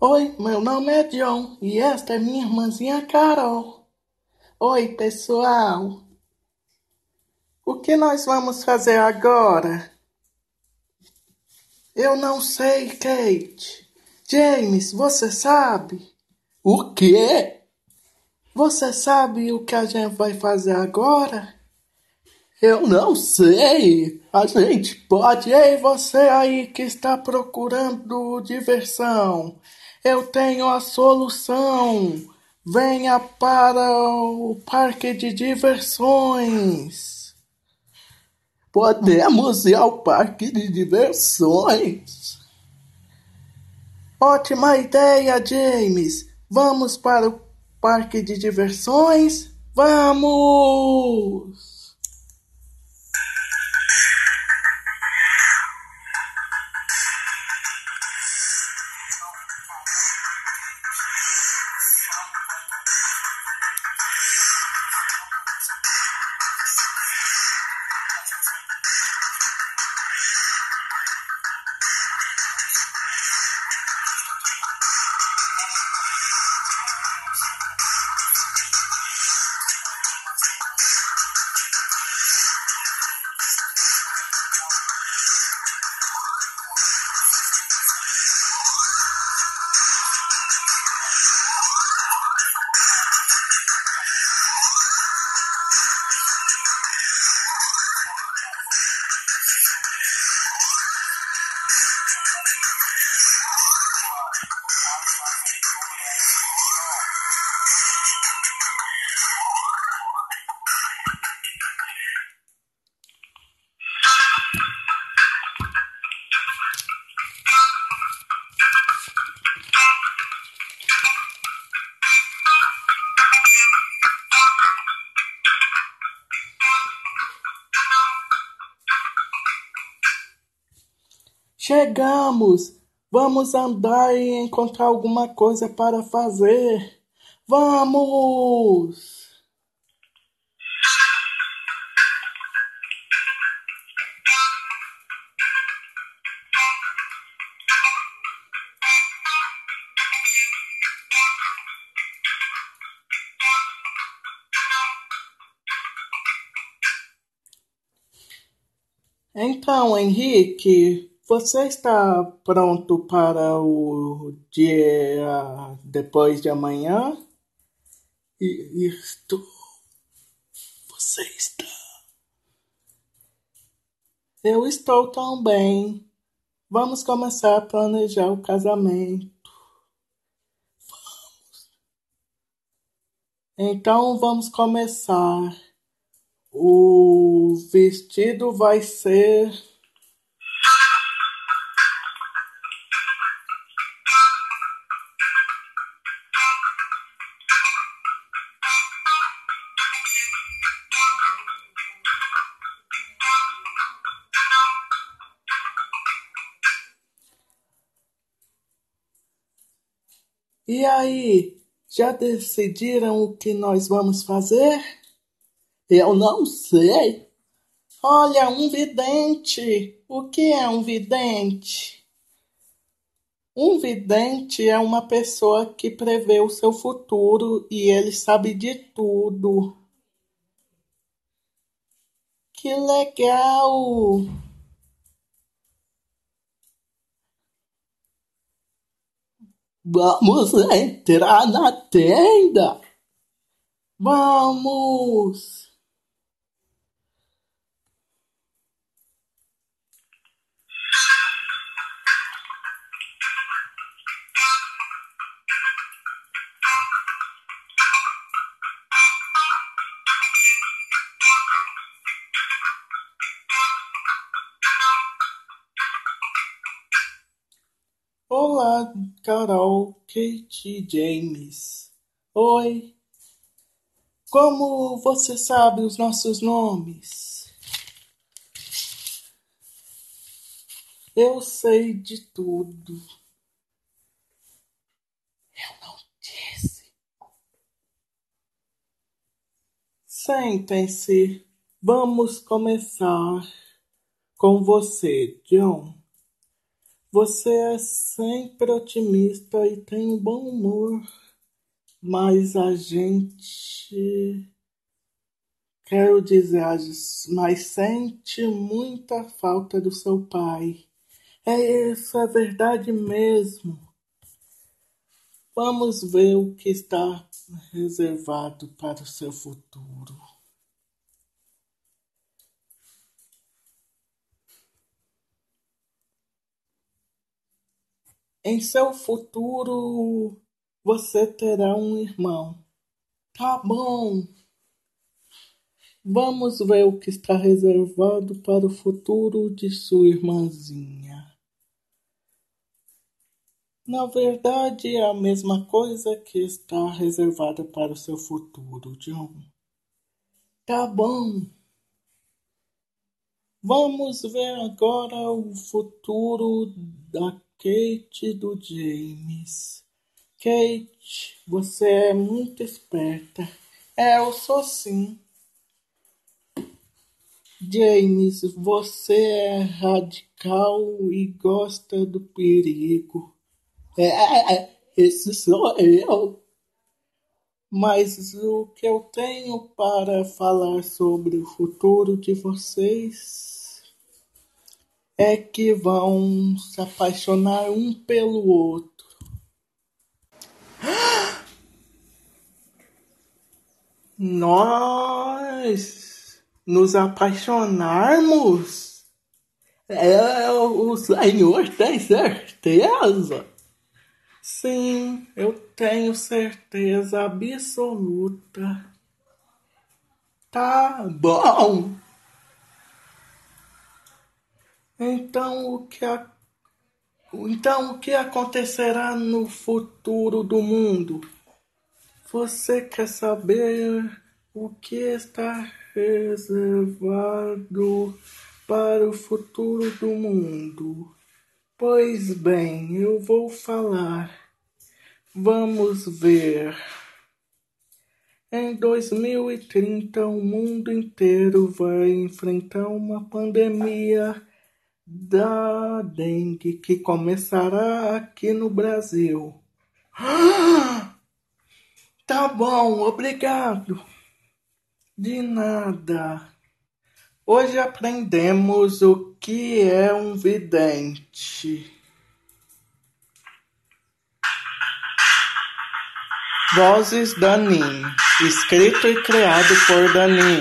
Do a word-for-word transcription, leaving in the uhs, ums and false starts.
Oi, meu nome é John e esta é minha irmãzinha Carol. Oi, pessoal. O que nós vamos fazer agora? Eu não sei, Kate. James, você sabe? O quê? Você sabe o que a gente vai fazer agora? Eu não sei. A gente pode. Ei, você aí que está procurando diversão. Eu tenho a solução. Venha para o parque de diversões. Podemos ir ao parque de diversões? Ótima ideia, James. Vamos para o parque de diversões? Vamos! Chegamos! Vamos andar e encontrar alguma coisa para fazer. Vamos! Então, Henrique, você está pronto para o dia depois de amanhã? E isto, você está? Eu estou também. Vamos começar a planejar o casamento. Então, vamos começar. O vestido vai ser. E aí, já decidiram o que nós vamos fazer? Eu não sei. Olha, um vidente. O que é um vidente? Um vidente é uma pessoa que prevê o seu futuro e ele sabe de tudo. Que legal! Vamos entrar na tenda. Vamos! Olá, Carol, Kate, James. Oi. Como você sabe os nossos nomes? Eu sei de tudo. Eu não disse. Sentem-se. Vamos começar com você, John. Você é sempre otimista e tem um bom humor, mas a gente, quero dizer, mas sente muita falta do seu pai. É isso, é verdade mesmo. Vamos ver o que está reservado para o seu futuro. Em seu futuro, você terá um irmão. Tá bom. Vamos ver o que está reservado para o futuro de sua irmãzinha. Na verdade, é a mesma coisa que está reservada para o seu futuro, John. Tá bom. Vamos ver agora o futuro da Kate e do James. Kate, você é muito esperta. É, eu sou sim. James, você é radical e gosta do perigo. É, é, é, esse sou eu. Mas o que eu tenho para falar sobre o futuro de vocês é que vão se apaixonar um pelo outro. Nós nos apaixonarmos? É, o senhor tem certeza? Sim, eu tenho certeza absoluta. Tá bom. Então o que, a... então, o que acontecerá no futuro do mundo? Você quer saber o que está reservado para o futuro do mundo? Pois bem, eu vou falar. Vamos ver. Em dois mil e trinta, o mundo inteiro vai enfrentar uma pandemia da dengue que começará aqui no Brasil. Tá bom, obrigado. De nada. Hoje aprendemos o que é um vidente. Vozes Danin, escrito e criado por Danin.